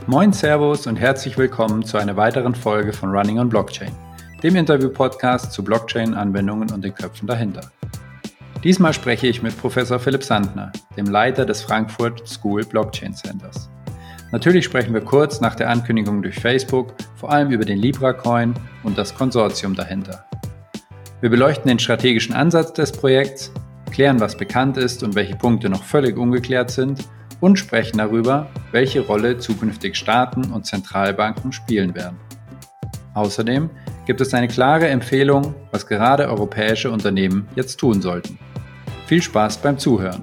Moin, Servus und herzlich willkommen zu einer weiteren Folge von Running on Blockchain, dem Interview-Podcast zu Blockchain-Anwendungen und den Köpfen dahinter. Diesmal spreche ich mit Professor Philipp Sandner, dem Leiter des Frankfurt School Blockchain Centers. Natürlich sprechen wir kurz nach der Ankündigung durch Facebook vor allem über den Libra-Coin und das Konsortium dahinter. Wir beleuchten den strategischen Ansatz des Projekts, klären, was bekannt ist und welche Punkte noch völlig ungeklärt sind und sprechen darüber, welche Rolle zukünftig Staaten und Zentralbanken spielen werden. Außerdem gibt es eine klare Empfehlung, was gerade europäische Unternehmen jetzt tun sollten. Viel Spaß beim Zuhören.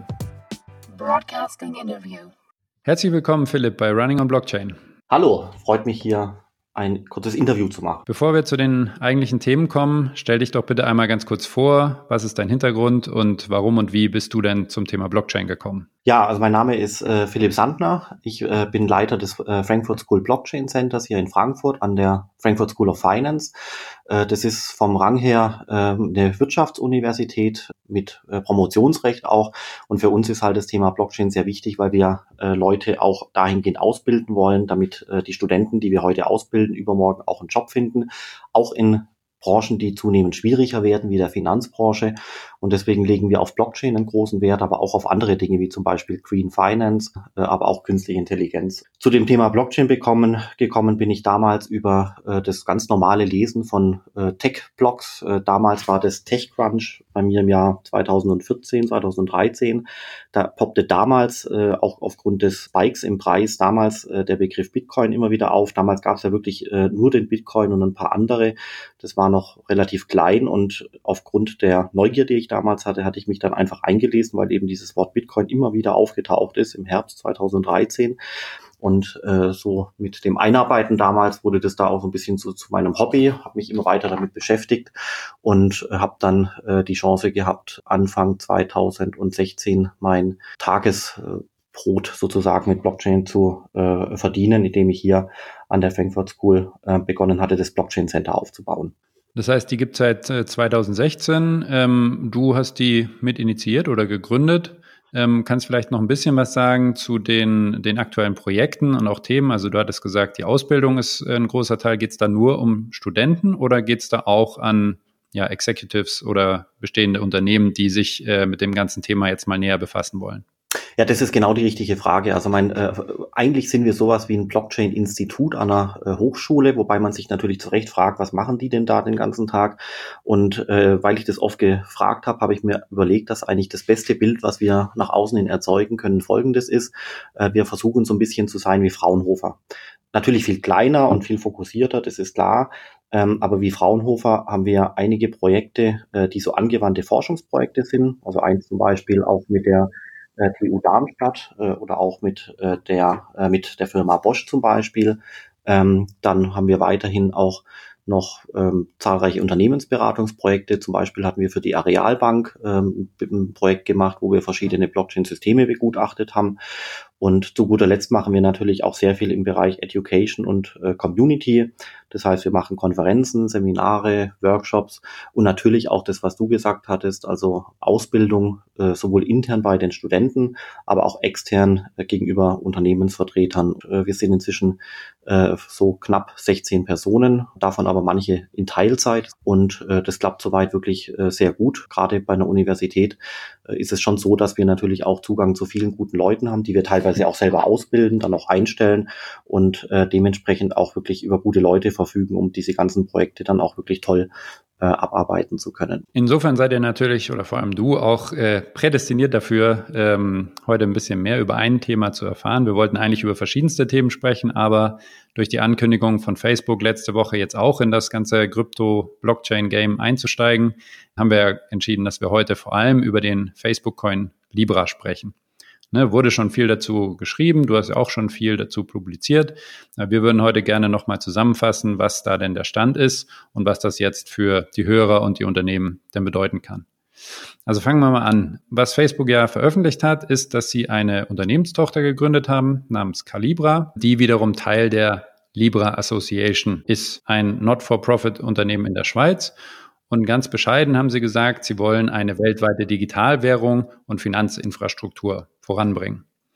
Broadcasting Interview. Herzlich willkommen, Philipp, bei Running on Blockchain. Hallo, freut mich hier ein kurzes Interview zu machen. Bevor wir zu den eigentlichen Themen kommen, stell dich doch bitte einmal ganz kurz vor. Was ist dein Hintergrund und warum und wie bist du denn zum Thema Blockchain gekommen? Ja, also mein Name ist Philipp Sandner. Ich bin Leiter des Frankfurt School Blockchain Centers hier in Frankfurt an der Frankfurt School of Finance. Das ist vom Rang her eine Wirtschaftsuniversität mit Promotionsrecht auch. Und für uns ist halt das Thema Blockchain sehr wichtig, weil wir Leute auch dahingehend ausbilden wollen, damit die Studenten, die wir heute ausbilden, übermorgen auch einen Job finden, auch in Branchen, die zunehmend schwieriger werden, wie der Finanzbranche. Und deswegen legen wir auf Blockchain einen großen Wert, aber auch auf andere Dinge, wie zum Beispiel Green Finance, aber auch künstliche Intelligenz. Zu dem Thema Blockchain gekommen bin ich damals über das ganz normale Lesen von Tech-Blogs. Damals war das TechCrunch bei mir im Jahr 2014, 2013. Da poppte damals auch aufgrund des Spikes im Preis damals der Begriff Bitcoin immer wieder auf. Damals gab es ja wirklich nur den Bitcoin und ein paar andere. Das war noch relativ klein und aufgrund der Neugier, die ich damals hatte ich mich dann einfach eingelesen, weil eben dieses Wort Bitcoin immer wieder aufgetaucht ist im Herbst 2013. Und so mit dem Einarbeiten damals wurde das da auch so ein bisschen zu meinem Hobby, habe mich immer weiter damit beschäftigt und habe dann die Chance gehabt, Anfang 2016 mein Tagesbrot sozusagen mit Blockchain zu verdienen, indem ich hier an der Frankfurt School begonnen hatte, das Blockchain Center aufzubauen. Das heißt, die gibt es seit 2016. Du hast die mit initiiert oder gegründet. Kannst vielleicht noch ein bisschen was sagen zu den aktuellen Projekten und auch Themen? Also du hattest gesagt, die Ausbildung ist ein großer Teil. Geht es da nur um Studenten oder geht es da auch an Executives oder bestehende Unternehmen, die sich mit dem ganzen Thema jetzt mal näher befassen wollen? Ja, das ist genau die richtige Frage. Also eigentlich sind wir sowas wie ein Blockchain-Institut an einer Hochschule, wobei man sich natürlich zu Recht fragt, was machen die denn da den ganzen Tag? Und weil ich das oft gefragt habe, habe ich mir überlegt, dass eigentlich das beste Bild, was wir nach außen hin erzeugen können, folgendes ist. Wir versuchen so ein bisschen zu sein wie Fraunhofer. Natürlich viel kleiner und viel fokussierter, das ist klar. Aber wie Fraunhofer haben wir einige Projekte, die so angewandte Forschungsprojekte sind. Also eins zum Beispiel auch mit der TU Darmstadt oder auch mit der Firma Bosch zum Beispiel. Dann haben wir weiterhin auch noch zahlreiche Unternehmensberatungsprojekte. Zum Beispiel hatten wir für die Arealbank ein Projekt gemacht, wo wir verschiedene Blockchain-Systeme begutachtet haben. Und zu guter Letzt machen wir natürlich auch sehr viel im Bereich Education und Community. Das heißt, wir machen Konferenzen, Seminare, Workshops und natürlich auch das, was du gesagt hattest, also Ausbildung sowohl intern bei den Studenten, aber auch extern gegenüber Unternehmensvertretern. Wir sind inzwischen so knapp 16 Personen, davon aber manche in Teilzeit und das klappt soweit wirklich sehr gut. Gerade bei einer Universität ist es schon so, dass wir natürlich auch Zugang zu vielen guten Leuten haben, die wir teilweise auch selber ausbilden, dann auch einstellen und dementsprechend auch wirklich über gute Leute verfügen, um diese ganzen Projekte dann auch wirklich toll abarbeiten zu können. Insofern seid ihr natürlich, oder vor allem du, auch prädestiniert dafür, heute ein bisschen mehr über ein Thema zu erfahren. Wir wollten eigentlich über verschiedenste Themen sprechen, aber durch die Ankündigung von Facebook letzte Woche jetzt auch in das ganze Krypto-Blockchain-Game einzusteigen, haben wir entschieden, dass wir heute vor allem über den Facebook-Coin Libra sprechen. Wurde schon viel dazu geschrieben, du hast ja auch schon viel dazu publiziert. Wir würden heute gerne nochmal zusammenfassen, was da denn der Stand ist und was das jetzt für die Hörer und die Unternehmen denn bedeuten kann. Also fangen wir mal an. Was Facebook ja veröffentlicht hat, ist, dass sie eine Unternehmenstochter gegründet haben namens Calibra, die wiederum Teil der Libra Association ist, ein Not-for-Profit-Unternehmen in der Schweiz. Und ganz bescheiden haben sie gesagt, sie wollen eine weltweite Digitalwährung und Finanzinfrastruktur voranbringen.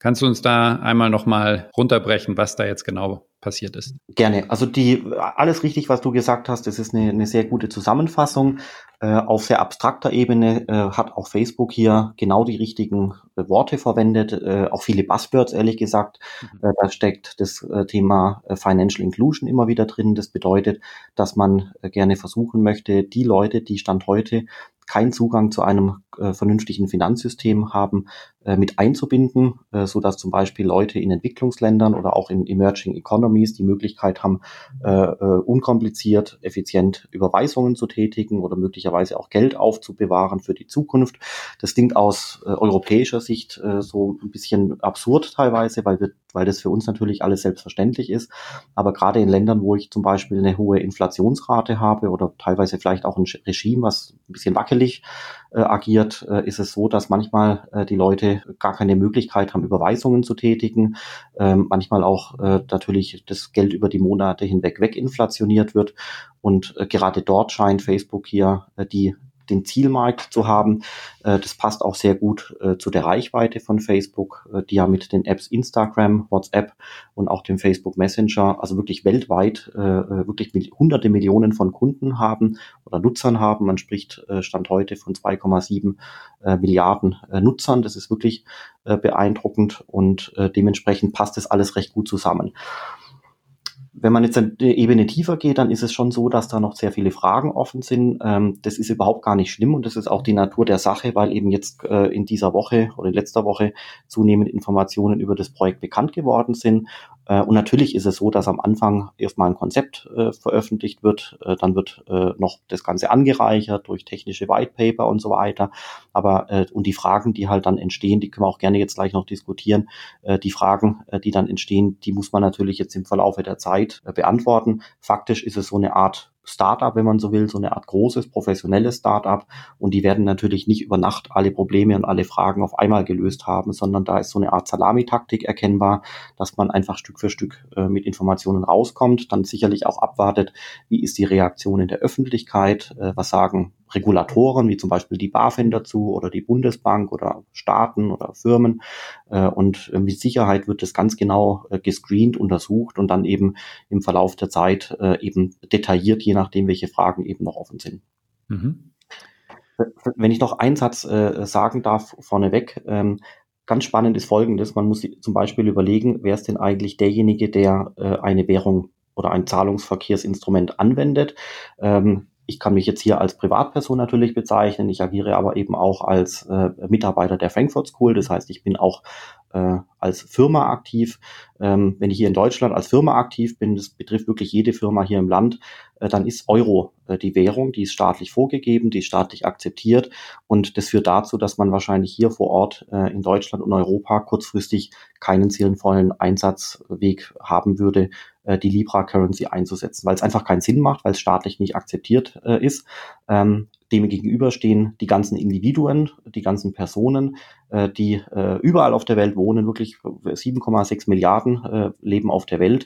Kannst du uns da einmal nochmal runterbrechen, was da jetzt genau passiert ist? Gerne. Also alles richtig, was du gesagt hast. Das ist eine sehr gute Zusammenfassung. Auf sehr abstrakter Ebene hat auch Facebook hier genau die richtigen Worte verwendet, auch viele Buzzwords, ehrlich gesagt. Da steckt das Thema Financial Inclusion immer wieder drin. Das bedeutet, dass man gerne versuchen möchte, die Leute, die Stand heute keinen Zugang zu einem vernünftigen Finanzsystem haben, mit einzubinden, so dass zum Beispiel Leute in Entwicklungsländern oder auch in Emerging Economies die Möglichkeit haben, unkompliziert, effizient Überweisungen zu tätigen oder möglicherweise auch Geld aufzubewahren für die Zukunft. Das klingt aus europäischer Sicht so ein bisschen absurd teilweise, weil das für uns natürlich alles selbstverständlich ist. Aber gerade in Ländern, wo ich zum Beispiel eine hohe Inflationsrate habe oder teilweise vielleicht auch ein Regime, was ein bisschen wackelig agiert, ist es so, dass manchmal die Leute gar keine Möglichkeit haben, Überweisungen zu tätigen. Manchmal auch natürlich das Geld über die Monate hinweg weginflationiert wird. Und gerade dort scheint Facebook hier den Zielmarkt zu haben. Das passt auch sehr gut zu der Reichweite von Facebook, die ja mit den Apps Instagram, WhatsApp und auch dem Facebook Messenger, also wirklich weltweit, wirklich hunderte Millionen von Kunden haben oder Nutzern haben. Man spricht Stand heute von 2,7 Milliarden Nutzern. Das ist wirklich beeindruckend und dementsprechend passt das alles recht gut zusammen. Wenn man jetzt eine Ebene tiefer geht, dann ist es schon so, dass da noch sehr viele Fragen offen sind. Das ist überhaupt gar nicht schlimm und das ist auch die Natur der Sache, weil eben jetzt in dieser Woche oder in letzter Woche zunehmend Informationen über das Projekt bekannt geworden sind. Und natürlich ist es so, dass am Anfang erstmal ein Konzept veröffentlicht wird, dann wird noch das Ganze angereichert durch technische Whitepaper und so weiter. Aber und die Fragen, die halt dann entstehen, die können wir auch gerne jetzt gleich noch diskutieren. Die Fragen, die dann entstehen, die muss man natürlich jetzt im Verlaufe der Zeit beantworten. Faktisch ist es so eine Art Startup, wenn man so will, so eine Art großes, professionelles Startup. Und die werden natürlich nicht über Nacht alle Probleme und alle Fragen auf einmal gelöst haben, sondern da ist so eine Art Salamitaktik erkennbar, dass man einfach Stück für Stück mit Informationen rauskommt, dann sicherlich auch abwartet, wie ist die Reaktion in der Öffentlichkeit, was sagen Regulatoren, wie zum Beispiel die BaFin dazu oder die Bundesbank oder Staaten oder Firmen. Und mit Sicherheit wird das ganz genau gescreent, untersucht und dann eben im Verlauf der Zeit eben detailliert, je nachdem, welche Fragen eben noch offen sind. Mhm. Wenn ich noch einen Satz sagen darf vorneweg, ganz spannend ist Folgendes. Man muss zum Beispiel überlegen, wer ist denn eigentlich derjenige, der eine Währung oder ein Zahlungsverkehrsinstrument anwendet. Ich kann mich jetzt hier als Privatperson natürlich bezeichnen. Ich agiere aber eben auch als Mitarbeiter der Frankfurt School. Das heißt, ich bin auch als Firma aktiv. Wenn ich hier in Deutschland als Firma aktiv bin, das betrifft wirklich jede Firma hier im Land, dann ist Euro die Währung, die ist staatlich vorgegeben, die ist staatlich akzeptiert und das führt dazu, dass man wahrscheinlich hier vor Ort in Deutschland und Europa kurzfristig keinen sinnvollen Einsatzweg haben würde, die Libra Currency einzusetzen, weil es einfach keinen Sinn macht, weil es staatlich nicht akzeptiert ist. Dem gegenüber stehen die ganzen Individuen, die ganzen Personen, die überall auf der Welt wohnen, wirklich 7,6 Milliarden leben auf der Welt.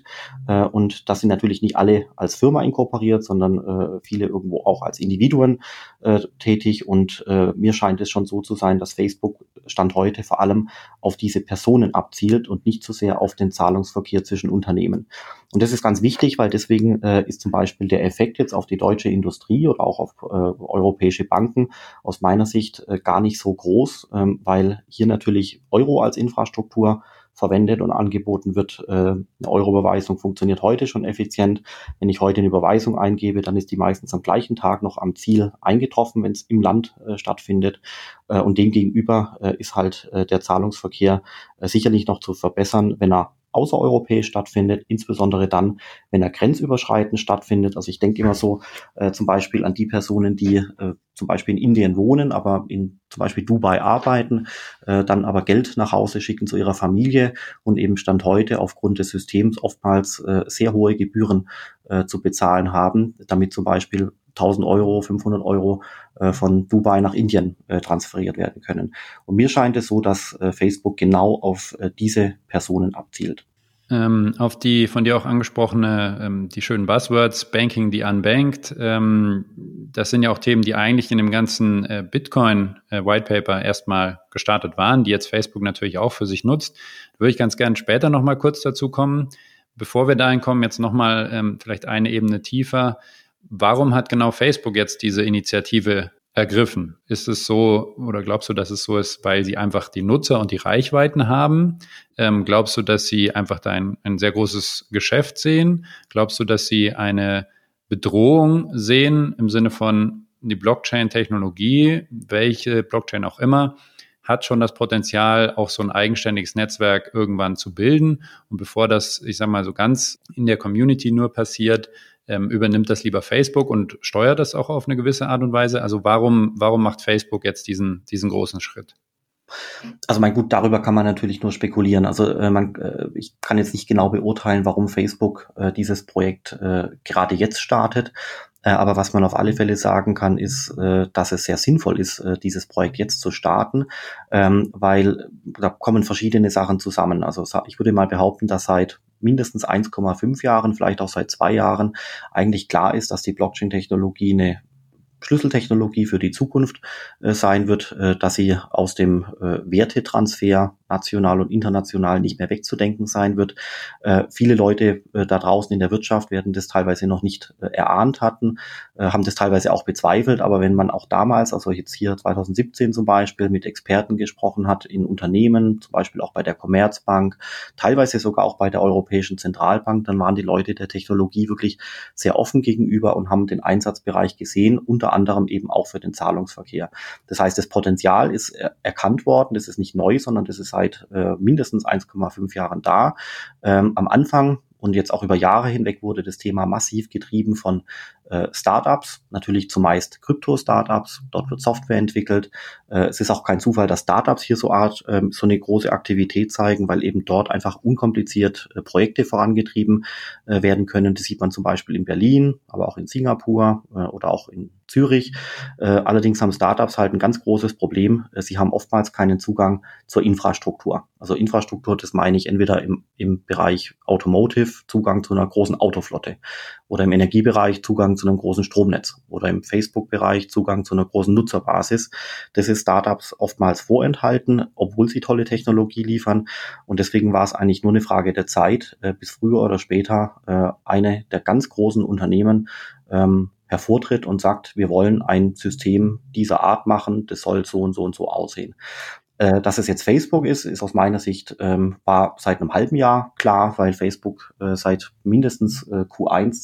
Und das sind natürlich nicht alle als Firma inkorporiert, sondern viele irgendwo auch als Individuen tätig. Und mir scheint es schon so zu sein, dass Facebook Stand heute vor allem auf diese Personen abzielt und nicht so sehr auf den Zahlungsverkehr zwischen Unternehmen. Und das ist ganz wichtig, weil deswegen ist zum Beispiel der Effekt jetzt auf die deutsche Industrie oder auch auf europäische Banken aus meiner Sicht gar nicht so groß, weil hier natürlich Euro als Infrastruktur verwendet und angeboten wird. Eine Euro-Überweisung funktioniert heute schon effizient. Wenn ich heute eine Überweisung eingebe, dann ist die meistens am gleichen Tag noch am Ziel eingetroffen, wenn es im Land stattfindet. Und demgegenüber ist halt der Zahlungsverkehr sicherlich noch zu verbessern, wenn er außereuropäisch stattfindet, insbesondere dann, wenn er grenzüberschreitend stattfindet. Also ich denke immer so zum Beispiel an die Personen, die zum Beispiel in Indien wohnen, aber in zum Beispiel Dubai arbeiten, dann aber Geld nach Hause schicken zu ihrer Familie und eben Stand heute aufgrund des Systems oftmals sehr hohe Gebühren zu bezahlen haben, damit zum Beispiel 1.000 Euro, 500 Euro von Dubai nach Indien transferiert werden können. Und mir scheint es so, dass Facebook genau auf diese Personen abzielt. Auf die von dir auch angesprochene, die schönen Buzzwords, Banking the Unbanked, das sind ja auch Themen, die eigentlich in dem ganzen Bitcoin White Paper erstmal gestartet waren, die jetzt Facebook natürlich auch für sich nutzt. Da würde ich ganz gerne später nochmal kurz dazu kommen. Bevor wir dahin kommen, jetzt nochmal vielleicht eine Ebene tiefer. Warum hat genau Facebook jetzt diese Initiative ergriffen? Ist es so, oder glaubst du, dass es so ist, weil sie einfach die Nutzer und die Reichweiten haben? Glaubst du, dass sie einfach da ein sehr großes Geschäft sehen? Glaubst du, dass sie eine Bedrohung sehen im Sinne von die Blockchain-Technologie, welche Blockchain auch immer, hat schon das Potenzial, auch so ein eigenständiges Netzwerk irgendwann zu bilden? Und bevor das, ich sag mal, so ganz in der Community nur passiert, übernimmt das lieber Facebook und steuert das auch auf eine gewisse Art und Weise? Also warum macht Facebook jetzt diesen großen Schritt? Also gut, darüber kann man natürlich nur spekulieren. Also ich kann jetzt nicht genau beurteilen, warum Facebook dieses Projekt gerade jetzt startet. Aber was man auf alle Fälle sagen kann, ist, dass es sehr sinnvoll ist, dieses Projekt jetzt zu starten, weil da kommen verschiedene Sachen zusammen. Also ich würde mal behaupten, dass seit mindestens 1,5 Jahren, vielleicht auch seit 2 Jahren eigentlich klar ist, dass die Blockchain-Technologie eine Schlüsseltechnologie für die Zukunft sein wird, dass sie aus dem Wertetransfer national und international nicht mehr wegzudenken sein wird. Viele Leute da draußen in der Wirtschaft werden das teilweise noch nicht erahnt hatten, haben das teilweise auch bezweifelt, aber wenn man auch damals, also jetzt hier 2017 zum Beispiel, mit Experten gesprochen hat in Unternehmen, zum Beispiel auch bei der Commerzbank, teilweise sogar auch bei der Europäischen Zentralbank, dann waren die Leute der Technologie wirklich sehr offen gegenüber und haben den Einsatzbereich gesehen, unter anderem eben auch für den Zahlungsverkehr. Das heißt, das Potenzial ist erkannt worden, das ist nicht neu, sondern das ist seit mindestens 1,5 Jahren da. Am Anfang und jetzt auch über Jahre hinweg wurde das Thema massiv getrieben von Startups, natürlich zumeist Krypto-Startups. Dort wird Software entwickelt. Es ist auch kein Zufall, dass Startups hier so eine große Aktivität zeigen, weil eben dort einfach unkompliziert Projekte vorangetrieben werden können. Das sieht man zum Beispiel in Berlin, aber auch in Singapur oder auch in Zürich. Allerdings haben Startups halt ein ganz großes Problem. Sie haben oftmals keinen Zugang zur Infrastruktur. Also Infrastruktur, das meine ich entweder im Bereich Automotive, Zugang zu einer großen Autoflotte, oder im Energiebereich Zugang zu einem großen Stromnetz, oder im Facebook-Bereich Zugang zu einer großen Nutzerbasis. Das ist Startups oftmals vorenthalten, obwohl sie tolle Technologie liefern. Und deswegen war es eigentlich nur eine Frage der Zeit, bis früher oder später eine der ganz großen Unternehmen hervortritt und sagt, wir wollen ein System dieser Art machen, das soll so und so und so aussehen. Dass es jetzt Facebook ist aus meiner Sicht, war seit einem halben Jahr klar, weil Facebook seit mindestens Q1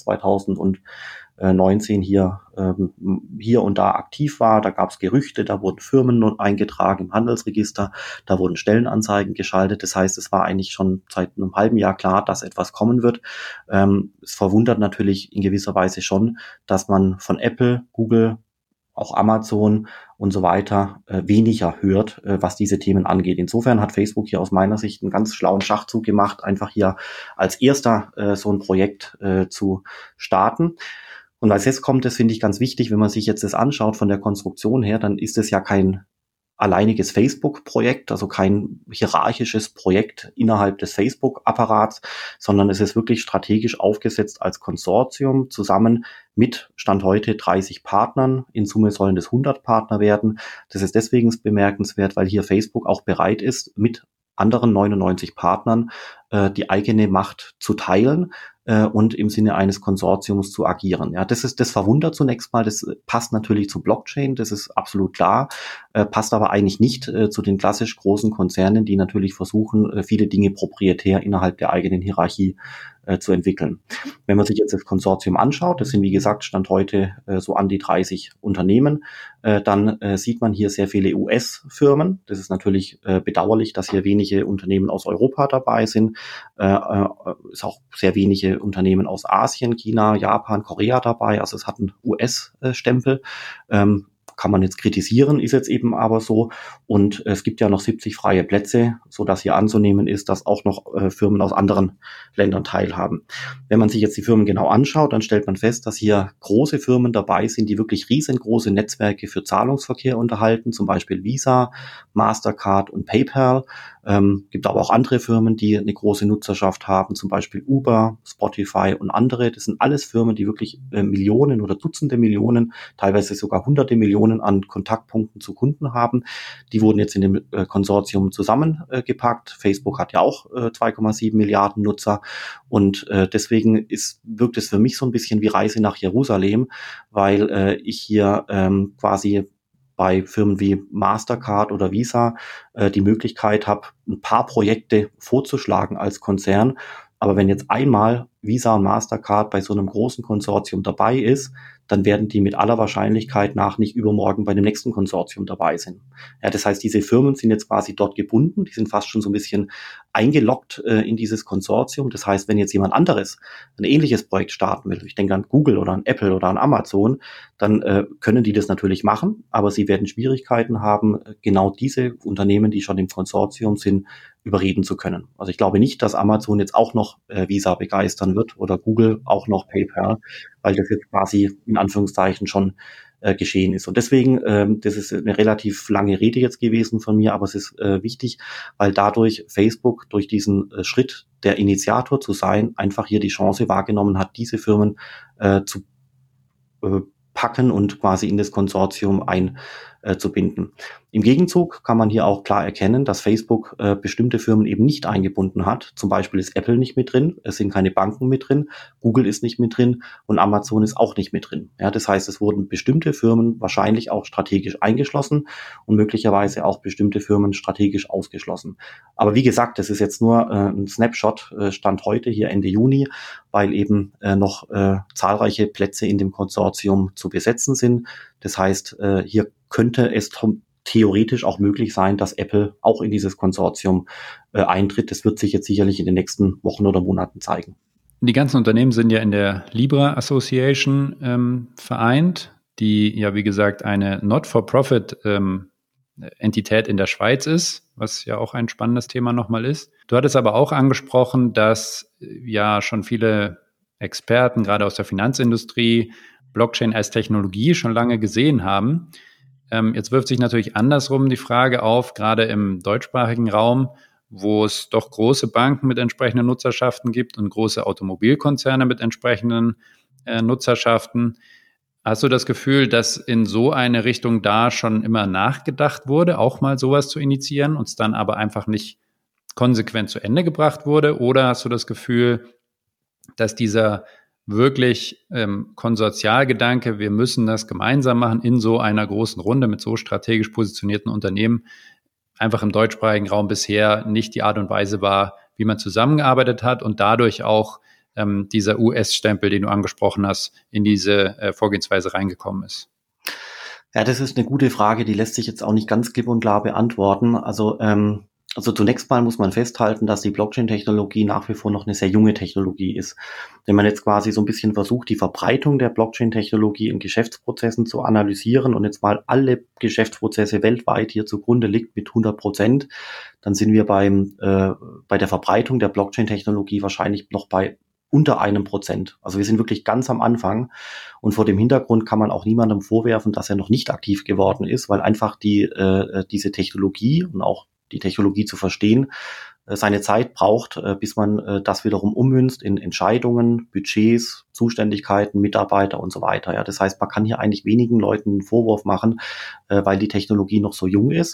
2019 hier und da aktiv war. Da gab es Gerüchte, da wurden Firmen eingetragen im Handelsregister, da wurden Stellenanzeigen geschaltet. Das heißt, es war eigentlich schon seit einem halben Jahr klar, dass etwas kommen wird. Es verwundert natürlich in gewisser Weise schon, dass man von Apple, Google, auch Amazon und so weiter weniger hört, was diese Themen angeht. Insofern hat Facebook hier aus meiner Sicht einen ganz schlauen Schachzug gemacht, einfach hier als erster so ein Projekt zu starten. Und als jetzt kommt, das finde ich ganz wichtig, wenn man sich jetzt das anschaut von der Konstruktion her, dann ist es ja kein alleiniges Facebook-Projekt, also kein hierarchisches Projekt innerhalb des Facebook-Apparats, sondern es ist wirklich strategisch aufgesetzt als Konsortium zusammen mit Stand heute 30 Partnern. In Summe sollen das 100 Partner werden. Das ist deswegen bemerkenswert, weil hier Facebook auch bereit ist, mit anderen 99 Partnern die eigene Macht zu teilen und im Sinne eines Konsortiums zu agieren. Ja, das verwundert zunächst mal, das passt natürlich zu Blockchain, das ist absolut klar, passt aber eigentlich nicht zu den klassisch großen Konzernen, die natürlich versuchen, viele Dinge proprietär innerhalb der eigenen Hierarchie zu entwickeln. Wenn man sich jetzt das Konsortium anschaut, das sind wie gesagt Stand heute so an die 30 Unternehmen, dann sieht man hier sehr viele US-Firmen. Das ist natürlich bedauerlich, dass hier wenige Unternehmen aus Europa dabei sind. Ist auch sehr wenige Unternehmen aus Asien, China, Japan, Korea dabei. Also es hat einen US-Stempel. Kann man jetzt kritisieren, ist jetzt eben aber so. Und es gibt ja noch 70 freie Plätze, so dass hier anzunehmen ist, dass auch noch Firmen aus anderen Ländern teilhaben. Wenn man sich jetzt die Firmen genau anschaut, dann stellt man fest, dass hier große Firmen dabei sind, die wirklich riesengroße Netzwerke für Zahlungsverkehr unterhalten, zum Beispiel Visa, Mastercard und PayPal. Gibt aber auch andere Firmen, die eine große Nutzerschaft haben, zum Beispiel Uber, Spotify und andere. Das sind alles Firmen, die wirklich Millionen oder Dutzende Millionen, teilweise sogar Hunderte Millionen an Kontaktpunkten zu Kunden haben. Die wurden jetzt in dem Konsortium zusammengepackt. Facebook hat ja auch 2,7 Milliarden Nutzer und deswegen wirkt es für mich so ein bisschen wie Reise nach Jerusalem, weil ich hier quasi bei Firmen wie Mastercard oder Visa die Möglichkeit habe, ein paar Projekte vorzuschlagen als Konzern. Aber wenn jetzt einmal Visa und Mastercard bei so einem großen Konsortium dabei ist, dann werden die mit aller Wahrscheinlichkeit nach nicht übermorgen bei dem nächsten Konsortium dabei sein. Ja, das heißt, diese Firmen sind jetzt quasi dort gebunden, die sind fast schon so ein bisschen eingeloggt in dieses Konsortium. Das heißt, wenn jetzt jemand anderes ein ähnliches Projekt starten will, ich denke an Google oder an Apple oder an Amazon, dann können die das natürlich machen, aber sie werden Schwierigkeiten haben, genau diese Unternehmen, die schon im Konsortium sind, überreden zu können. Also ich glaube nicht, dass Amazon jetzt auch noch Visa begeistern wird oder Google auch noch PayPal, weil das jetzt quasi in Anführungszeichen schon geschehen ist. Und deswegen, das ist eine relativ lange Rede jetzt gewesen von mir, aber es ist wichtig, weil dadurch Facebook durch diesen Schritt, der Initiator zu sein, einfach hier die Chance wahrgenommen hat, diese Firmen zu packen und quasi in das Konsortium einzubinden. Im Gegenzug kann man hier auch klar erkennen, dass Facebook bestimmte Firmen eben nicht eingebunden hat. Zum Beispiel ist Apple nicht mit drin, es sind keine Banken mit drin, Google ist nicht mit drin und Amazon ist auch nicht mit drin. Ja, das heißt, es wurden bestimmte Firmen wahrscheinlich auch strategisch eingeschlossen und möglicherweise auch bestimmte Firmen strategisch ausgeschlossen. Aber wie gesagt, das ist jetzt nur ein Snapshot, Stand heute hier Ende Juni, weil eben noch zahlreiche Plätze in dem Konsortium zu besetzen sind. Das heißt, hier könnte es theoretisch auch möglich sein, dass Apple auch in dieses Konsortium eintritt. Das wird sich jetzt sicherlich in den nächsten Wochen oder Monaten zeigen. Die ganzen Unternehmen sind ja in der Libra Association vereint, die ja, wie gesagt, eine Not-for-Profit Entität in der Schweiz ist, was ja auch ein spannendes Thema nochmal ist. Du hattest aber auch angesprochen, dass ja schon viele Experten, gerade aus der Finanzindustrie, Blockchain als Technologie schon lange gesehen haben. Jetzt wirft sich natürlich andersrum die Frage auf, gerade im deutschsprachigen Raum, wo es doch große Banken mit entsprechenden Nutzerschaften gibt und große Automobilkonzerne mit entsprechenden Nutzerschaften. Hast du das Gefühl, dass in so eine Richtung da schon immer nachgedacht wurde, auch mal sowas zu initiieren und es dann aber einfach nicht konsequent zu Ende gebracht wurde? Oder hast du das Gefühl, dass dieser wirklich Konsortialgedanke, wir müssen das gemeinsam machen in so einer großen Runde mit so strategisch positionierten Unternehmen, einfach im deutschsprachigen Raum bisher nicht die Art und Weise war, wie man zusammengearbeitet hat und dadurch auch dieser US-Stempel, den du angesprochen hast, in diese Vorgehensweise reingekommen ist? Ja, das ist eine gute Frage, die lässt sich jetzt auch nicht ganz klipp und klar beantworten. Also zunächst mal muss man festhalten, dass die Blockchain-Technologie nach wie vor noch eine sehr junge Technologie ist. Wenn man jetzt quasi so ein bisschen versucht, die Verbreitung der Blockchain-Technologie in Geschäftsprozessen zu analysieren und jetzt mal alle Geschäftsprozesse weltweit hier zugrunde liegt mit 100%, dann sind wir bei der Verbreitung der Blockchain-Technologie wahrscheinlich noch bei unter 1%. Also wir sind wirklich ganz am Anfang und vor dem Hintergrund kann man auch niemandem vorwerfen, dass er noch nicht aktiv geworden ist, weil einfach diese Technologie und auch die Technologie zu verstehen, seine Zeit braucht, bis man das wiederum ummünzt in Entscheidungen, Budgets, Zuständigkeiten, Mitarbeiter und so weiter. Ja, das heißt, man kann hier eigentlich wenigen Leuten einen Vorwurf machen, weil die Technologie noch so jung ist.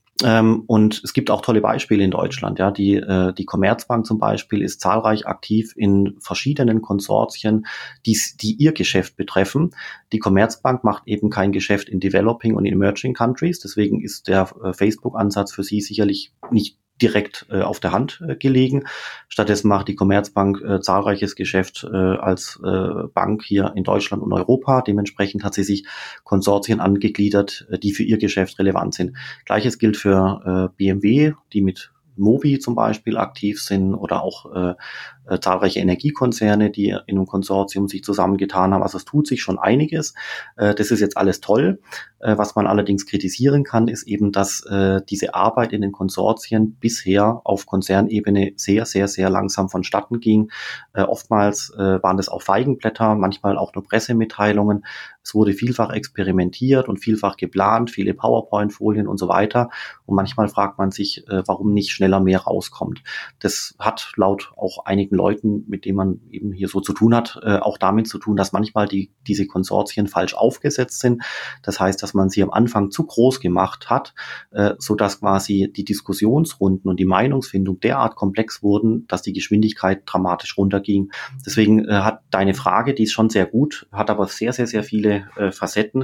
Und es gibt auch tolle Beispiele in Deutschland. Ja, die Commerzbank zum Beispiel ist zahlreich aktiv in verschiedenen Konsortien, die ihr Geschäft betreffen. Die Commerzbank macht eben kein Geschäft in Developing und in Emerging Countries. Deswegen ist der Facebook-Ansatz für sie sicherlich nicht direkt auf der Hand gelegen. Stattdessen macht die Commerzbank zahlreiches Geschäft als Bank hier in Deutschland und Europa. Dementsprechend hat sie sich Konsortien angegliedert, die für ihr Geschäft relevant sind. Gleiches gilt für BMW, die mit Mobi zum Beispiel aktiv sind oder auch zahlreiche Energiekonzerne, die in einem Konsortium sich zusammengetan haben. Also es tut sich schon einiges. Das ist jetzt alles toll. Was man allerdings kritisieren kann, ist eben, dass diese Arbeit in den Konsortien bisher auf Konzernebene sehr, sehr, sehr langsam vonstatten ging. Oftmals waren das auch Feigenblätter, manchmal auch nur Pressemitteilungen. Es wurde vielfach experimentiert und vielfach geplant, viele PowerPoint-Folien und so weiter. Und manchmal fragt man sich, warum nicht schneller mehr rauskommt. Das hat laut auch einigen Leuten, mit denen man eben hier so zu tun hat, auch damit zu tun, dass manchmal diese Konsortien falsch aufgesetzt sind. Das heißt, dass man sie am Anfang zu groß gemacht hat, so dass quasi die Diskussionsrunden und die Meinungsfindung derart komplex wurden, dass die Geschwindigkeit dramatisch runterging. Deswegen hat deine Frage, die ist schon sehr gut, hat aber sehr, sehr, sehr viele Facetten.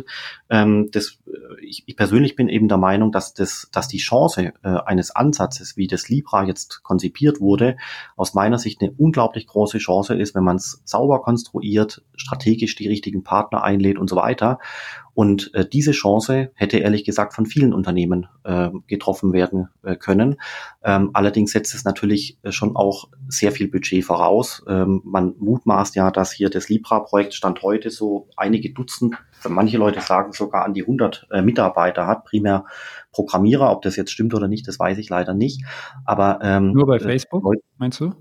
Ich persönlich bin eben der Meinung, dass die Chance eines Ansatzes, wie das Libra jetzt konzipiert wurde, aus meiner Sicht eine unglaublich große Chance ist, wenn man es sauber konstruiert, strategisch die richtigen Partner einlädt und so weiter. Und diese Chance hätte ehrlich gesagt von vielen Unternehmen getroffen werden können. Allerdings setzt es natürlich schon auch sehr viel Budget voraus. Man mutmaßt ja, dass hier das Libra-Projekt Stand heute so einige Dutzend, manche Leute sagen sogar an die 100 Mitarbeiter hat, primär Programmierer. Ob das jetzt stimmt oder nicht, das weiß ich leider nicht. Aber nur bei Facebook, meinst du?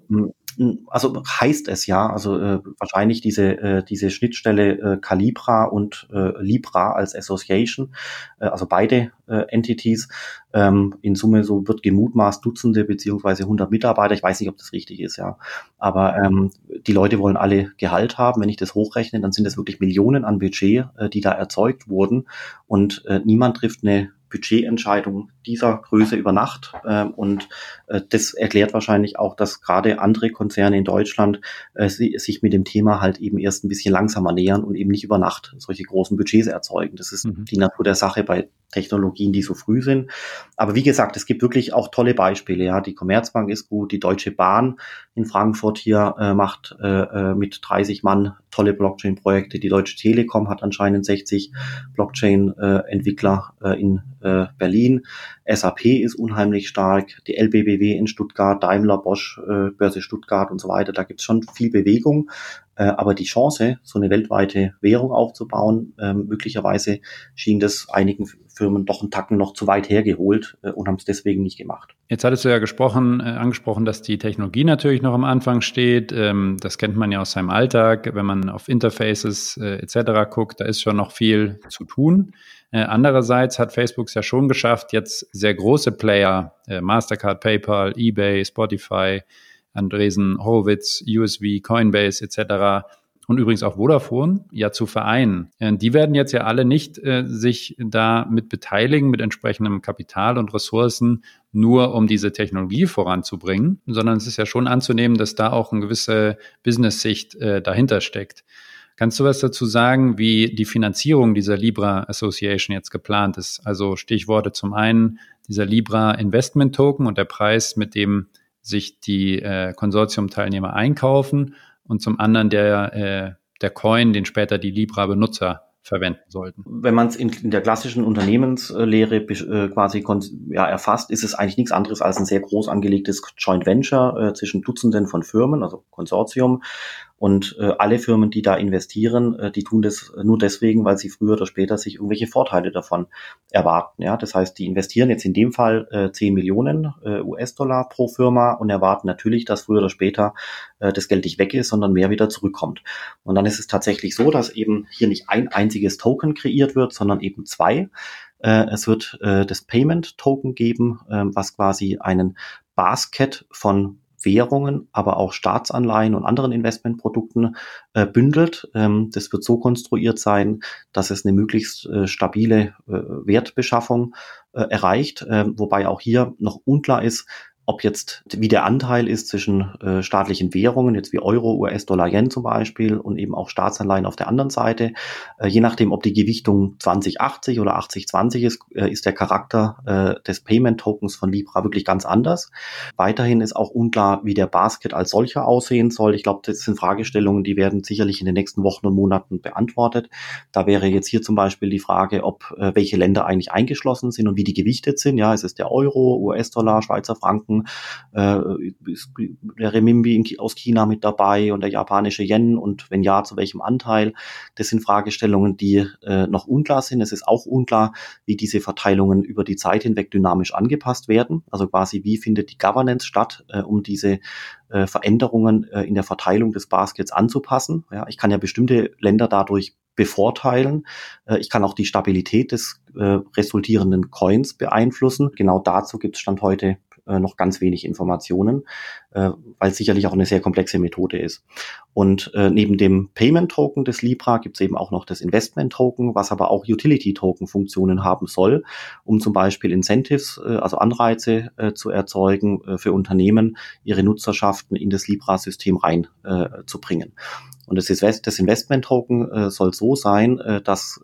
Also heißt es ja, also wahrscheinlich diese Schnittstelle Calibra und Libra als Association, also beide Entities, in Summe so wird gemutmaßt Dutzende beziehungsweise 100 Mitarbeiter, ich weiß nicht, ob das richtig ist, ja, aber die Leute wollen alle Gehalt haben, wenn ich das hochrechne, dann sind es wirklich Millionen an Budget, die da erzeugt wurden und niemand trifft eine Budgetentscheidung dieser Größe über Nacht. Und das erklärt wahrscheinlich auch, dass gerade andere Konzerne in Deutschland sich mit dem Thema halt eben erst ein bisschen langsamer nähern und eben nicht über Nacht solche großen Budgets erzeugen. Das ist die Natur der Sache bei Technologien, die so früh sind. Aber wie gesagt, es gibt wirklich auch tolle Beispiele. Ja, die Commerzbank ist gut, die Deutsche Bahn in Frankfurt hier macht mit 30 Mann tolle Blockchain-Projekte. Die Deutsche Telekom hat anscheinend 60 Blockchain-Entwickler in Berlin. SAP ist unheimlich stark, die LBBW in Stuttgart, Daimler, Bosch, Börse Stuttgart und so weiter. Da gibt es schon viel Bewegung. Aber die Chance, so eine weltweite Währung aufzubauen, möglicherweise schien das einigen Firmen doch einen Tacken noch zu weit hergeholt und haben es deswegen nicht gemacht. Jetzt hattest du ja angesprochen, dass die Technologie natürlich noch am Anfang steht. Das kennt man ja aus seinem Alltag, wenn man auf Interfaces etc. guckt, da ist schon noch viel zu tun. Andererseits hat Facebook es ja schon geschafft, jetzt sehr große Player, Mastercard, PayPal, eBay, Spotify, Andreessen, Horowitz, USV, Coinbase etc. und übrigens auch Vodafone ja zu vereinen. Die werden jetzt ja alle nicht sich da mit beteiligen, mit entsprechendem Kapital und Ressourcen, nur um diese Technologie voranzubringen, sondern es ist ja schon anzunehmen, dass da auch eine gewisse Business-Sicht dahinter steckt. Kannst du was dazu sagen, wie die Finanzierung dieser Libra Association jetzt geplant ist? Also Stichworte zum einen dieser Libra Investment Token und der Preis, mit dem sich die Konsortiumteilnehmer einkaufen und zum anderen der Coin, den später die Libra-Benutzer verwenden sollten. Wenn man es in der klassischen Unternehmenslehre quasi erfasst, ist es eigentlich nichts anderes als ein sehr groß angelegtes Joint Venture zwischen Dutzenden von Firmen, also Konsortium. Und alle Firmen, die da investieren, die tun das nur deswegen, weil sie früher oder später sich irgendwelche Vorteile davon erwarten. Ja, das heißt, die investieren jetzt in dem Fall 10 Millionen US-Dollar pro Firma und erwarten natürlich, dass früher oder später das Geld nicht weg ist, sondern mehr wieder zurückkommt. Und dann ist es tatsächlich so, dass eben hier nicht ein einziges Token kreiert wird, sondern eben zwei. Es wird das Payment Token geben, was quasi einen Basket von Währungen, aber auch Staatsanleihen und anderen Investmentprodukten bündelt. Das wird so konstruiert sein, dass es eine möglichst stabile Wertbeschaffung erreicht, wobei auch hier noch unklar ist, ob jetzt, wie der Anteil ist zwischen staatlichen Währungen, jetzt wie Euro, US-Dollar, Yen zum Beispiel und eben auch Staatsanleihen auf der anderen Seite. Je nachdem, ob die Gewichtung 20-80 oder 80-20 ist der Charakter des Payment-Tokens von Libra wirklich ganz anders. Weiterhin ist auch unklar, wie der Basket als solcher aussehen soll. Ich glaube, das sind Fragestellungen, die werden sicherlich in den nächsten Wochen und Monaten beantwortet. Da wäre jetzt hier zum Beispiel die Frage, ob welche Länder eigentlich eingeschlossen sind und wie die gewichtet sind. Ja, ist es der Euro, US-Dollar, Schweizer Franken, Token, ist der Renminbi aus China mit dabei und der japanische Yen und wenn ja, zu welchem Anteil? Das sind Fragestellungen, die noch unklar sind. Es ist auch unklar, wie diese Verteilungen über die Zeit hinweg dynamisch angepasst werden. Also quasi, wie findet die Governance statt, um diese Veränderungen in der Verteilung des Baskets anzupassen. Ja, ich kann ja bestimmte Länder dadurch bevorteilen. Ich kann auch die Stabilität des resultierenden Coins beeinflussen. Genau dazu gibt es Stand heute noch ganz wenig Informationen, weil es sicherlich auch eine sehr komplexe Methode ist. Und neben dem Payment-Token des Libra gibt es eben auch noch das Investment-Token, was aber auch Utility-Token-Funktionen haben soll, um zum Beispiel Incentives, also Anreize zu erzeugen für Unternehmen, ihre Nutzerschaften in das Libra-System rein zu bringen. Und das Investment-Token soll so sein, dass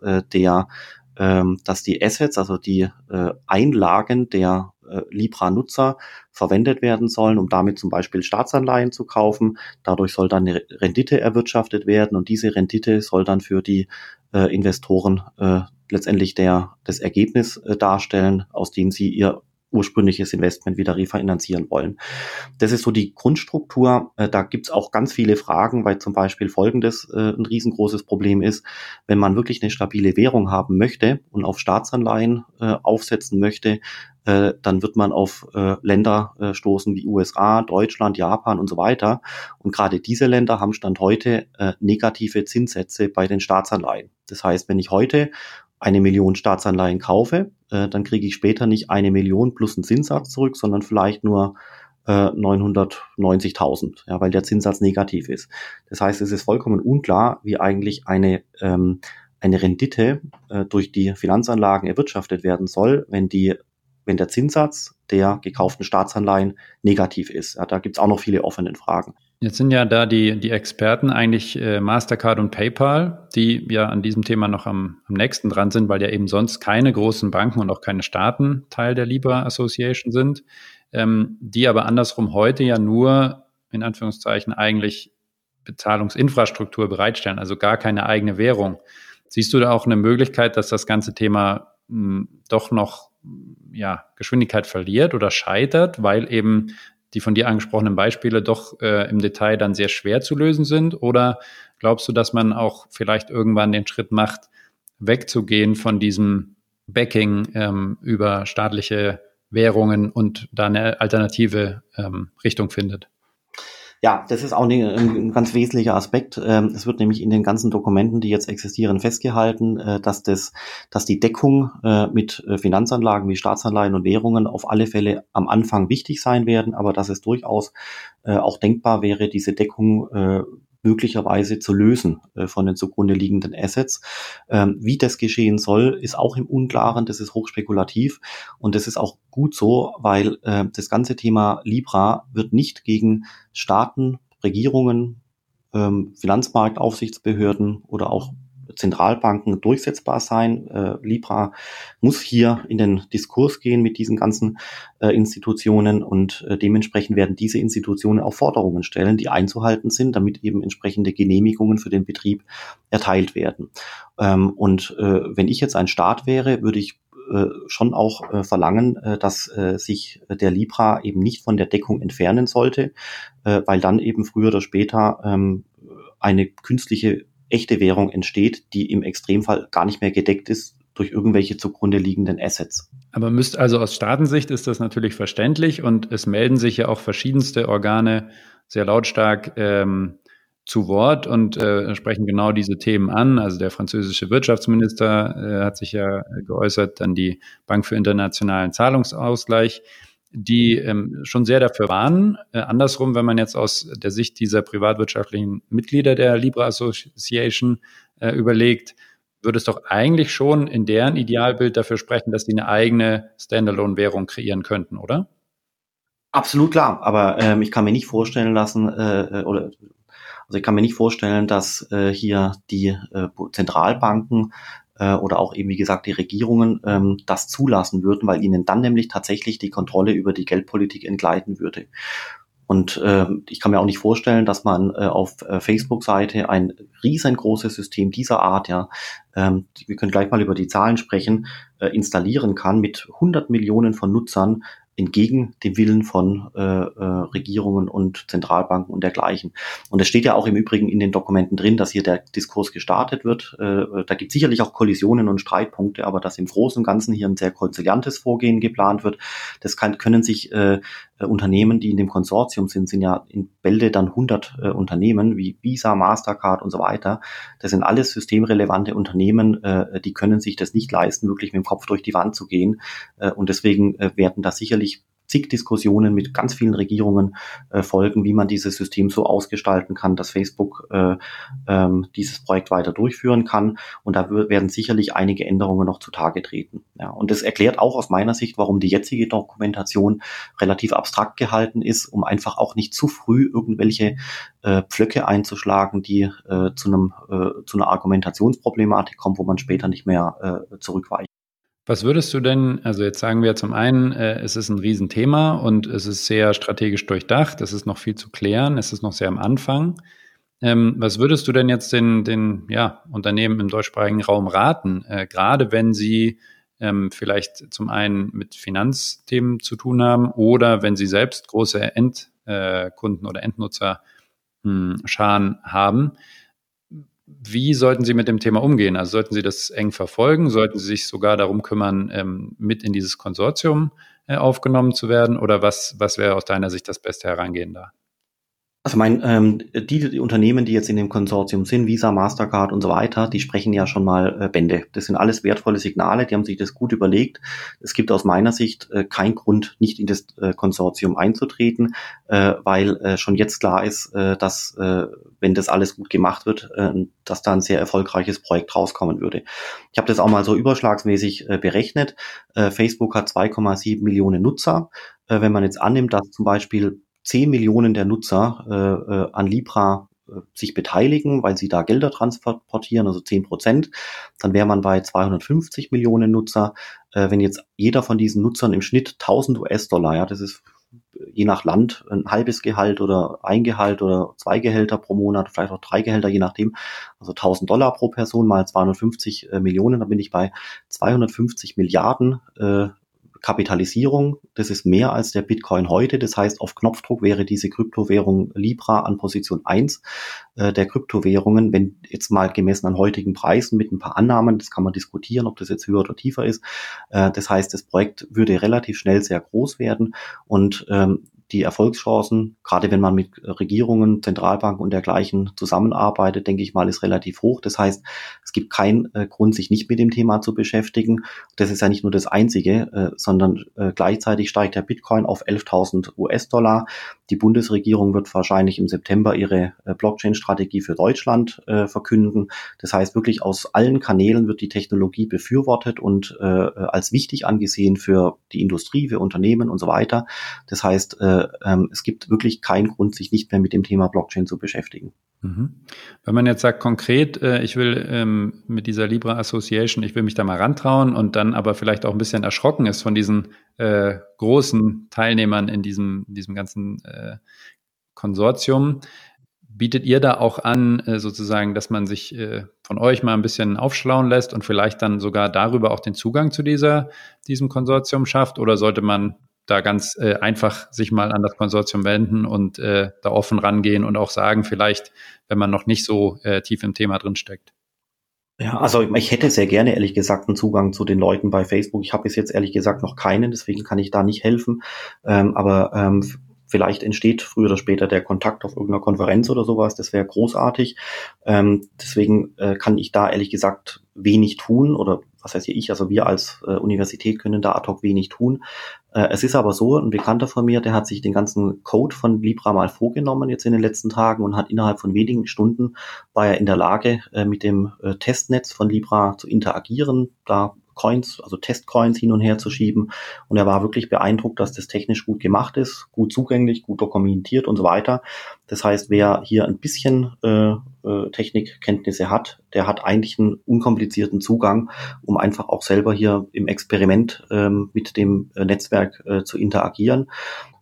die Assets, also die Einlagen der Libra-Nutzer verwendet werden sollen, um damit zum Beispiel Staatsanleihen zu kaufen. Dadurch soll dann eine Rendite erwirtschaftet werden und diese Rendite soll dann für die Investoren letztendlich das Ergebnis darstellen, aus dem sie ihr ursprüngliches Investment wieder refinanzieren wollen. Das ist so die Grundstruktur. Da gibt's auch ganz viele Fragen, weil zum Beispiel Folgendes ein riesengroßes Problem ist, wenn man wirklich eine stabile Währung haben möchte und auf Staatsanleihen aufsetzen möchte, dann wird man auf Länder stoßen wie USA, Deutschland, Japan und so weiter. Und gerade diese Länder haben Stand heute negative Zinssätze bei den Staatsanleihen. Das heißt, wenn ich heute 1 Million Staatsanleihen kaufe, dann kriege ich später nicht 1 Million plus einen Zinssatz zurück, sondern vielleicht nur 990.000, ja, weil der Zinssatz negativ ist. Das heißt, es ist vollkommen unklar, wie eigentlich eine Rendite durch die Finanzanlagen erwirtschaftet werden soll, wenn der Zinssatz der gekauften Staatsanleihen negativ ist. Ja, da gibt's auch noch viele offene Fragen. Jetzt sind ja da die Experten eigentlich Mastercard und PayPal, die ja an diesem Thema noch am nächsten dran sind, weil ja eben sonst keine großen Banken und auch keine Staaten Teil der Libra Association sind, die aber andersrum heute ja nur, in Anführungszeichen, eigentlich Bezahlungsinfrastruktur bereitstellen, also gar keine eigene Währung. Siehst du da auch eine Möglichkeit, dass das ganze Thema doch noch Geschwindigkeit verliert oder scheitert, weil eben die von dir angesprochenen Beispiele doch im Detail dann sehr schwer zu lösen sind? Oder glaubst du, dass man auch vielleicht irgendwann den Schritt macht, wegzugehen von diesem Backing über staatliche Währungen und da eine alternative Richtung findet? Ja, das ist auch ein ganz wesentlicher Aspekt. Es wird nämlich in den ganzen Dokumenten, die jetzt existieren, festgehalten, dass die Deckung mit Finanzanlagen wie Staatsanleihen und Währungen auf alle Fälle am Anfang wichtig sein werden, aber dass es durchaus auch denkbar wäre, diese Deckung möglicherweise zu lösen von den zugrunde liegenden Assets. Wie das geschehen soll, ist auch im Unklaren, das ist hochspekulativ und das ist auch gut so, weil das ganze Thema Libra wird nicht gegen Staaten, Regierungen, Finanzmarktaufsichtsbehörden oder auch Zentralbanken durchsetzbar sein. Libra muss hier in den Diskurs gehen mit diesen ganzen Institutionen und dementsprechend werden diese Institutionen auch Forderungen stellen, die einzuhalten sind, damit eben entsprechende Genehmigungen für den Betrieb erteilt werden. Wenn ich jetzt ein Staat wäre, würde ich schon auch verlangen, dass sich der Libra eben nicht von der Deckung entfernen sollte, weil dann eben früher oder später eine künstliche echte Währung entsteht, die im Extremfall gar nicht mehr gedeckt ist durch irgendwelche zugrunde liegenden Assets. Aber also aus Staatensicht ist das natürlich verständlich und es melden sich ja auch verschiedenste Organe sehr lautstark zu Wort und sprechen genau diese Themen an. Also der französische Wirtschaftsminister hat sich ja geäußert, dann die Bank für internationalen Zahlungsausgleich, die schon sehr dafür warnen. Andersrum, wenn man jetzt aus der Sicht dieser privatwirtschaftlichen Mitglieder der Libra Association überlegt, würde es doch eigentlich schon in deren Idealbild dafür sprechen, dass sie eine eigene Standalone-Währung kreieren könnten, oder? Absolut klar, aber ich kann mir nicht vorstellen lassen, ich kann mir nicht vorstellen, dass hier die Zentralbanken oder auch eben, wie gesagt, die Regierungen das zulassen würden, weil ihnen dann nämlich tatsächlich die Kontrolle über die Geldpolitik entgleiten würde. Und ich kann mir auch nicht vorstellen, dass man auf Facebook-Seite ein riesengroßes System dieser Art, wir können gleich mal über die Zahlen sprechen, installieren kann mit 100 Millionen von Nutzern entgegen dem Willen von Regierungen und Zentralbanken und dergleichen. Und es steht ja auch im Übrigen in den Dokumenten drin, dass hier der Diskurs gestartet wird. Da gibt es sicherlich auch Kollisionen und Streitpunkte, aber dass im Großen und Ganzen hier ein sehr konziliantes Vorgehen geplant wird. Das können sich Unternehmen, die in dem Konsortium sind ja in Bälde dann 100 Unternehmen wie Visa, Mastercard und so weiter. Das sind alles systemrelevante Unternehmen, die können sich das nicht leisten, wirklich mit dem Kopf durch die Wand zu gehen. Und deswegen werden da sicherlich zig Diskussionen mit ganz vielen Regierungen folgen, wie man dieses System so ausgestalten kann, dass Facebook dieses Projekt weiter durchführen kann. Und da werden sicherlich einige Änderungen noch zutage treten. Ja, und das erklärt auch aus meiner Sicht, warum die jetzige Dokumentation relativ abstrakt gehalten ist, um einfach auch nicht zu früh irgendwelche Pflöcke einzuschlagen, die zu einer Argumentationsproblematik kommen, wo man später nicht mehr zurückweicht. Was würdest du denn, also jetzt sagen wir zum einen, es ist ein Riesenthema und es ist sehr strategisch durchdacht, es ist noch viel zu klären, es ist noch sehr am Anfang. Was würdest du denn jetzt den Unternehmen im deutschsprachigen Raum raten, gerade wenn sie vielleicht zum einen mit Finanzthemen zu tun haben oder wenn sie selbst große Endkunden oder Endnutzer Scharen haben? Wie sollten Sie mit dem Thema umgehen? Also sollten Sie das eng verfolgen? Sollten Sie sich sogar darum kümmern, mit in dieses Konsortium aufgenommen zu werden? Oder was wäre aus deiner Sicht das beste Herangehen da? Also die Unternehmen, die jetzt in dem Konsortium sind, Visa, Mastercard und so weiter, die sprechen ja schon mal Bände. Das sind alles wertvolle Signale, die haben sich das gut überlegt. Es gibt aus meiner Sicht keinen Grund, nicht in das Konsortium einzutreten, weil schon jetzt klar ist, dass wenn das alles gut gemacht wird, dass da ein sehr erfolgreiches Projekt rauskommen würde. Ich habe das auch mal so überschlagsmäßig berechnet. Facebook hat 2,7 Millionen Nutzer. Wenn man jetzt annimmt, dass zum Beispiel 10 Millionen der Nutzer an Libra sich beteiligen, weil sie da Gelder transportieren, also 10%, dann wäre man bei 250 Millionen Nutzer. Wenn jetzt jeder von diesen Nutzern im Schnitt 1000 US-Dollar, ja, das ist je nach Land ein halbes Gehalt oder ein Gehalt oder 2 Gehälter pro Monat, vielleicht auch 3 Gehälter, je nachdem, also $1.000 pro Person mal 250 Millionen, dann bin ich bei 250 Milliarden Kapitalisierung. Das ist mehr als der Bitcoin heute. Das heißt, auf Knopfdruck wäre diese Kryptowährung Libra an Position 1 der Kryptowährungen, wenn jetzt mal gemessen an heutigen Preisen mit ein paar Annahmen, das kann man diskutieren, ob das jetzt höher oder tiefer ist. Das heißt, das Projekt würde relativ schnell sehr groß werden und die Erfolgschancen, gerade wenn man mit Regierungen, Zentralbanken und dergleichen zusammenarbeitet, denke ich mal, ist relativ hoch. Das heißt, es gibt keinen Grund, sich nicht mit dem Thema zu beschäftigen. Das ist ja nicht nur das Einzige, sondern gleichzeitig steigt der Bitcoin auf 11.000 US-Dollar. Die Bundesregierung wird wahrscheinlich im September ihre Blockchain-Strategie für Deutschland verkünden. Das heißt, wirklich aus allen Kanälen wird die Technologie befürwortet und als wichtig angesehen für die Industrie, für Unternehmen und so weiter. Das heißt, es gibt wirklich keinen Grund, sich nicht mehr mit dem Thema Blockchain zu beschäftigen. Mhm. Wenn man jetzt sagt konkret, ich will mit dieser Libra Association, ich will mich da mal rantrauen und dann aber vielleicht auch ein bisschen erschrocken ist von diesen großen Teilnehmern in diesem ganzen Konsortium, bietet ihr da auch an, sozusagen, dass man sich von euch mal ein bisschen aufschlauen lässt und vielleicht dann sogar darüber auch den Zugang zu diesem Konsortium schafft? Oder sollte man da ganz einfach sich mal an das Konsortium wenden und da offen rangehen und auch sagen, vielleicht, wenn man noch nicht so tief im Thema drin steckt? Ja, also ich hätte sehr gerne, ehrlich gesagt, einen Zugang zu den Leuten bei Facebook. Ich habe bis jetzt, ehrlich gesagt, noch keinen, deswegen kann ich da nicht helfen. Aber vielleicht entsteht früher oder später der Kontakt auf irgendeiner Konferenz oder sowas. Das wäre großartig. Deswegen kann ich da, ehrlich gesagt, wenig tun oder was heißt ich, also wir als Universität können da ad hoc wenig tun. Es ist aber so, ein Bekannter von mir, der hat sich den ganzen Code von Libra mal vorgenommen jetzt in den letzten Tagen und hat innerhalb von wenigen Stunden war er in der Lage, mit dem Testnetz von Libra zu interagieren, da Coins, also Testcoins hin und her zu schieben. Und er war wirklich beeindruckt, dass das technisch gut gemacht ist, gut zugänglich, gut dokumentiert und so weiter. Das heißt, wer hier ein bisschen Technikkenntnisse hat, der hat eigentlich einen unkomplizierten Zugang, um einfach auch selber hier im Experiment mit dem Netzwerk zu interagieren.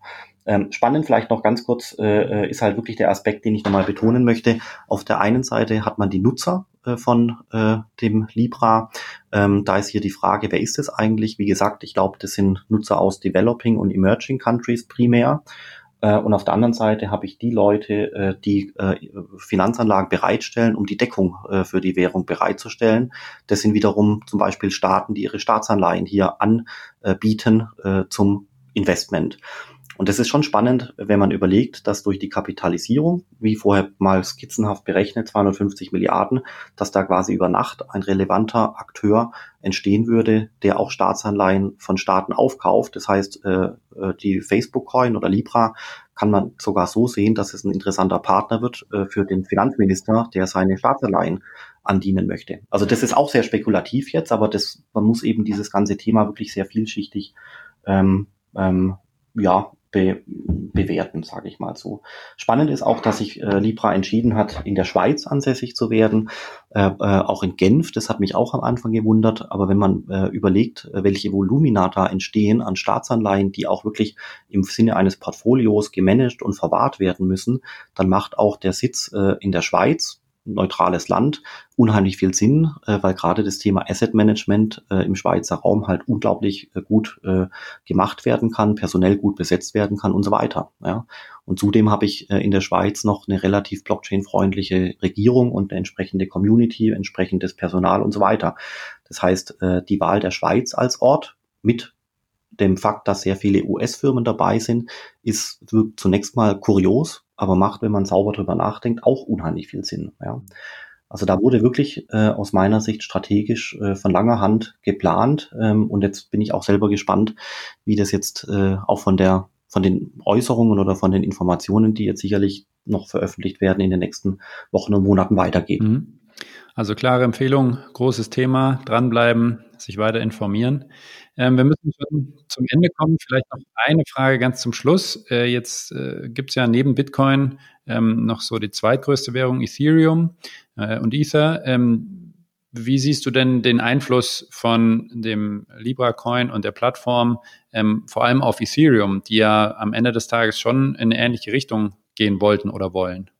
Spannend vielleicht noch ganz kurz ist halt wirklich der Aspekt, den ich nochmal betonen möchte. Auf der einen Seite hat man die Nutzer von dem Libra. Da ist hier die Frage, wer ist es eigentlich? Wie gesagt, ich glaube, das sind Nutzer aus Developing und Emerging Countries primär. Und auf der anderen Seite habe ich die Leute, die Finanzanlagen bereitstellen, um die Deckung für die Währung bereitzustellen. Das sind wiederum zum Beispiel Staaten, die ihre Staatsanleihen hier anbieten zum Investment. Und das ist schon spannend, wenn man überlegt, dass durch die Kapitalisierung, wie vorher mal skizzenhaft berechnet, 250 Milliarden, dass da quasi über Nacht ein relevanter Akteur entstehen würde, der auch Staatsanleihen von Staaten aufkauft. Das heißt, die Facebook-Coin oder Libra kann man sogar so sehen, dass es ein interessanter Partner wird für den Finanzminister, der seine Staatsanleihen andienen möchte. Also das ist auch sehr spekulativ jetzt, aber man muss eben dieses ganze Thema wirklich sehr vielschichtig bewerten, sage ich mal so. Spannend ist auch, dass sich Libra entschieden hat, in der Schweiz ansässig zu werden, auch in Genf. Das hat mich auch am Anfang gewundert. Aber wenn man überlegt, welche Volumina da entstehen an Staatsanleihen, die auch wirklich im Sinne eines Portfolios gemanagt und verwahrt werden müssen, dann macht auch der Sitz in der Schweiz, neutrales Land, unheimlich viel Sinn, weil gerade das Thema Asset Management im Schweizer Raum halt unglaublich gut gemacht werden kann, personell gut besetzt werden kann und so weiter. Ja. Und zudem habe ich in der Schweiz noch eine relativ Blockchain-freundliche Regierung und eine entsprechende Community, entsprechendes Personal und so weiter. Das heißt, die Wahl der Schweiz als Ort mit dem Fakt, dass sehr viele US-Firmen dabei sind, wirkt zunächst mal kurios, aber macht, wenn man sauber drüber nachdenkt, auch unheimlich viel Sinn. Ja. Also da wurde wirklich aus meiner Sicht strategisch von langer Hand geplant und jetzt bin ich auch selber gespannt, wie das jetzt auch von den Äußerungen oder von den Informationen, die jetzt sicherlich noch veröffentlicht werden, in den nächsten Wochen und Monaten weitergeht. Also klare Empfehlung, großes Thema, dranbleiben, sich weiter informieren. Wir müssen schon zum Ende kommen. Vielleicht noch eine Frage ganz zum Schluss. Jetzt gibt es ja neben Bitcoin noch so die zweitgrößte Währung, Ethereum und Ether. Wie siehst du denn den Einfluss von dem Libra Coin und der Plattform, vor allem auf Ethereum, die ja am Ende des Tages schon in eine ähnliche Richtung gehen wollten oder wollen?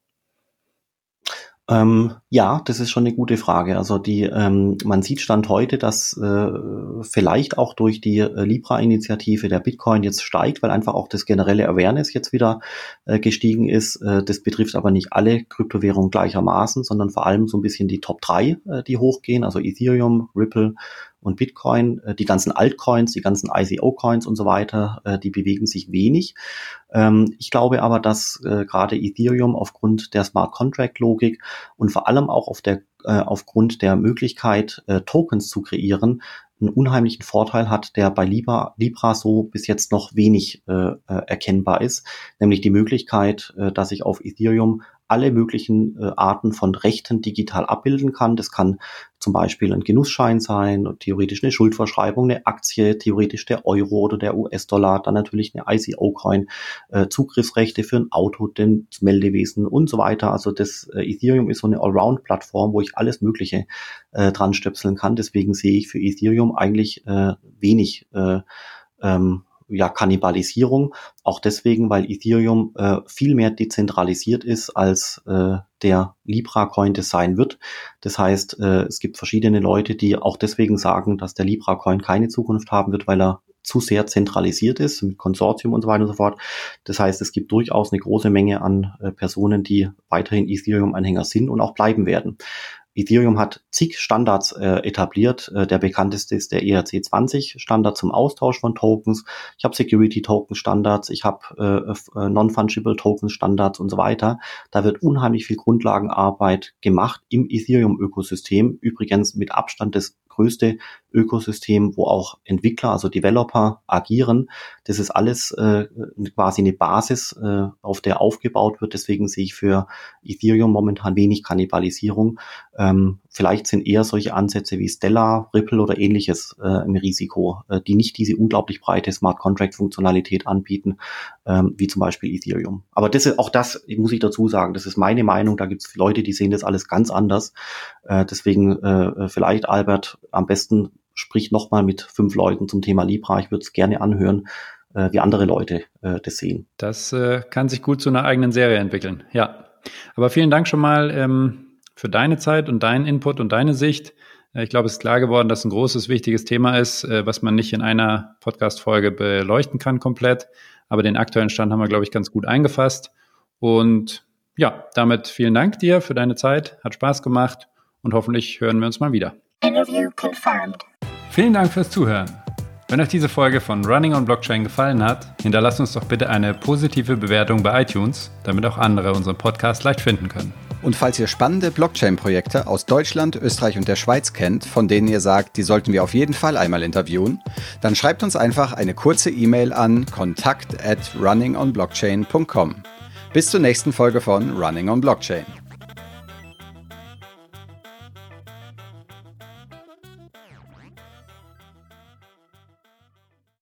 Ja, das ist schon eine gute Frage. Also man sieht Stand heute, dass vielleicht auch durch die Libra-Initiative der Bitcoin jetzt steigt, weil einfach auch das generelle Awareness jetzt wieder gestiegen ist. Das betrifft aber nicht alle Kryptowährungen gleichermaßen, sondern vor allem so ein bisschen die Top 3, die hochgehen, also Ethereum, Ripple und Bitcoin. Die ganzen Altcoins, die ganzen ICO-Coins und so weiter, die bewegen sich wenig. Ich glaube aber, dass gerade Ethereum aufgrund der Smart Contract Logik und vor allem auch aufgrund der Möglichkeit, Tokens zu kreieren, einen unheimlichen Vorteil hat, der bei Libra so bis jetzt noch wenig erkennbar ist, nämlich die Möglichkeit, dass ich auf Ethereum alle möglichen Arten von Rechten digital abbilden kann. Das kann zum Beispiel ein Genussschein sein, theoretisch eine Schuldverschreibung, eine Aktie, theoretisch der Euro oder der US-Dollar, dann natürlich eine ICO-Coin, Zugriffsrechte für ein Auto, das Meldewesen und so weiter. Also das Ethereum ist so eine Allround-Plattform, wo ich alles Mögliche dran stöpseln kann. Deswegen sehe ich für Ethereum eigentlich wenig Kannibalisierung. Auch deswegen, weil Ethereum viel mehr dezentralisiert ist, als der Libra-Coin das sein wird. Das heißt, es gibt verschiedene Leute, die auch deswegen sagen, dass der Libra-Coin keine Zukunft haben wird, weil er zu sehr zentralisiert ist, mit Konsortium und so weiter und so fort. Das heißt, es gibt durchaus eine große Menge an Personen, die weiterhin Ethereum-Anhänger sind und auch bleiben werden. Ethereum hat zig Standards etabliert. Der bekannteste ist der ERC20-Standard zum Austausch von Tokens. Ich habe Security-Token-Standards, ich habe Non-Fungible-Token-Standards und so weiter. Da wird unheimlich viel Grundlagenarbeit gemacht im Ethereum-Ökosystem. Übrigens mit Abstand das größte Ökosystem, wo auch Entwickler, also Developer agieren. Das ist alles quasi eine Basis, auf der aufgebaut wird. Deswegen sehe ich für Ethereum momentan wenig Kannibalisierung. Vielleicht sind eher solche Ansätze wie Stellar, Ripple oder ähnliches im Risiko, die nicht diese unglaublich breite Smart Contract Funktionalität anbieten, wie zum Beispiel Ethereum. Aber auch das muss ich dazu sagen, das ist meine Meinung. Da gibt es Leute, die sehen das alles ganz anders. Deswegen vielleicht, Albert, am besten sprich nochmal mit 5 Leuten zum Thema Libra. Ich würde es gerne anhören, wie andere Leute das sehen. Das kann sich gut zu einer eigenen Serie entwickeln, ja. Aber vielen Dank schon mal für deine Zeit und deinen Input und deine Sicht. Ich glaube, es ist klar geworden, dass ein großes, wichtiges Thema ist, was man nicht in einer Podcast-Folge beleuchten kann komplett. Aber den aktuellen Stand haben wir, glaube ich, ganz gut eingefasst. Und ja, damit vielen Dank dir für deine Zeit. Hat Spaß gemacht und hoffentlich hören wir uns mal wieder. Interview confirmed. Vielen Dank fürs Zuhören. Wenn euch diese Folge von Running on Blockchain gefallen hat, hinterlasst uns doch bitte eine positive Bewertung bei iTunes, damit auch andere unseren Podcast leicht finden können. Und falls ihr spannende Blockchain-Projekte aus Deutschland, Österreich und der Schweiz kennt, von denen ihr sagt, die sollten wir auf jeden Fall einmal interviewen, dann schreibt uns einfach eine kurze E-Mail an kontakt@runningonblockchain.com. Bis zur nächsten Folge von Running on Blockchain.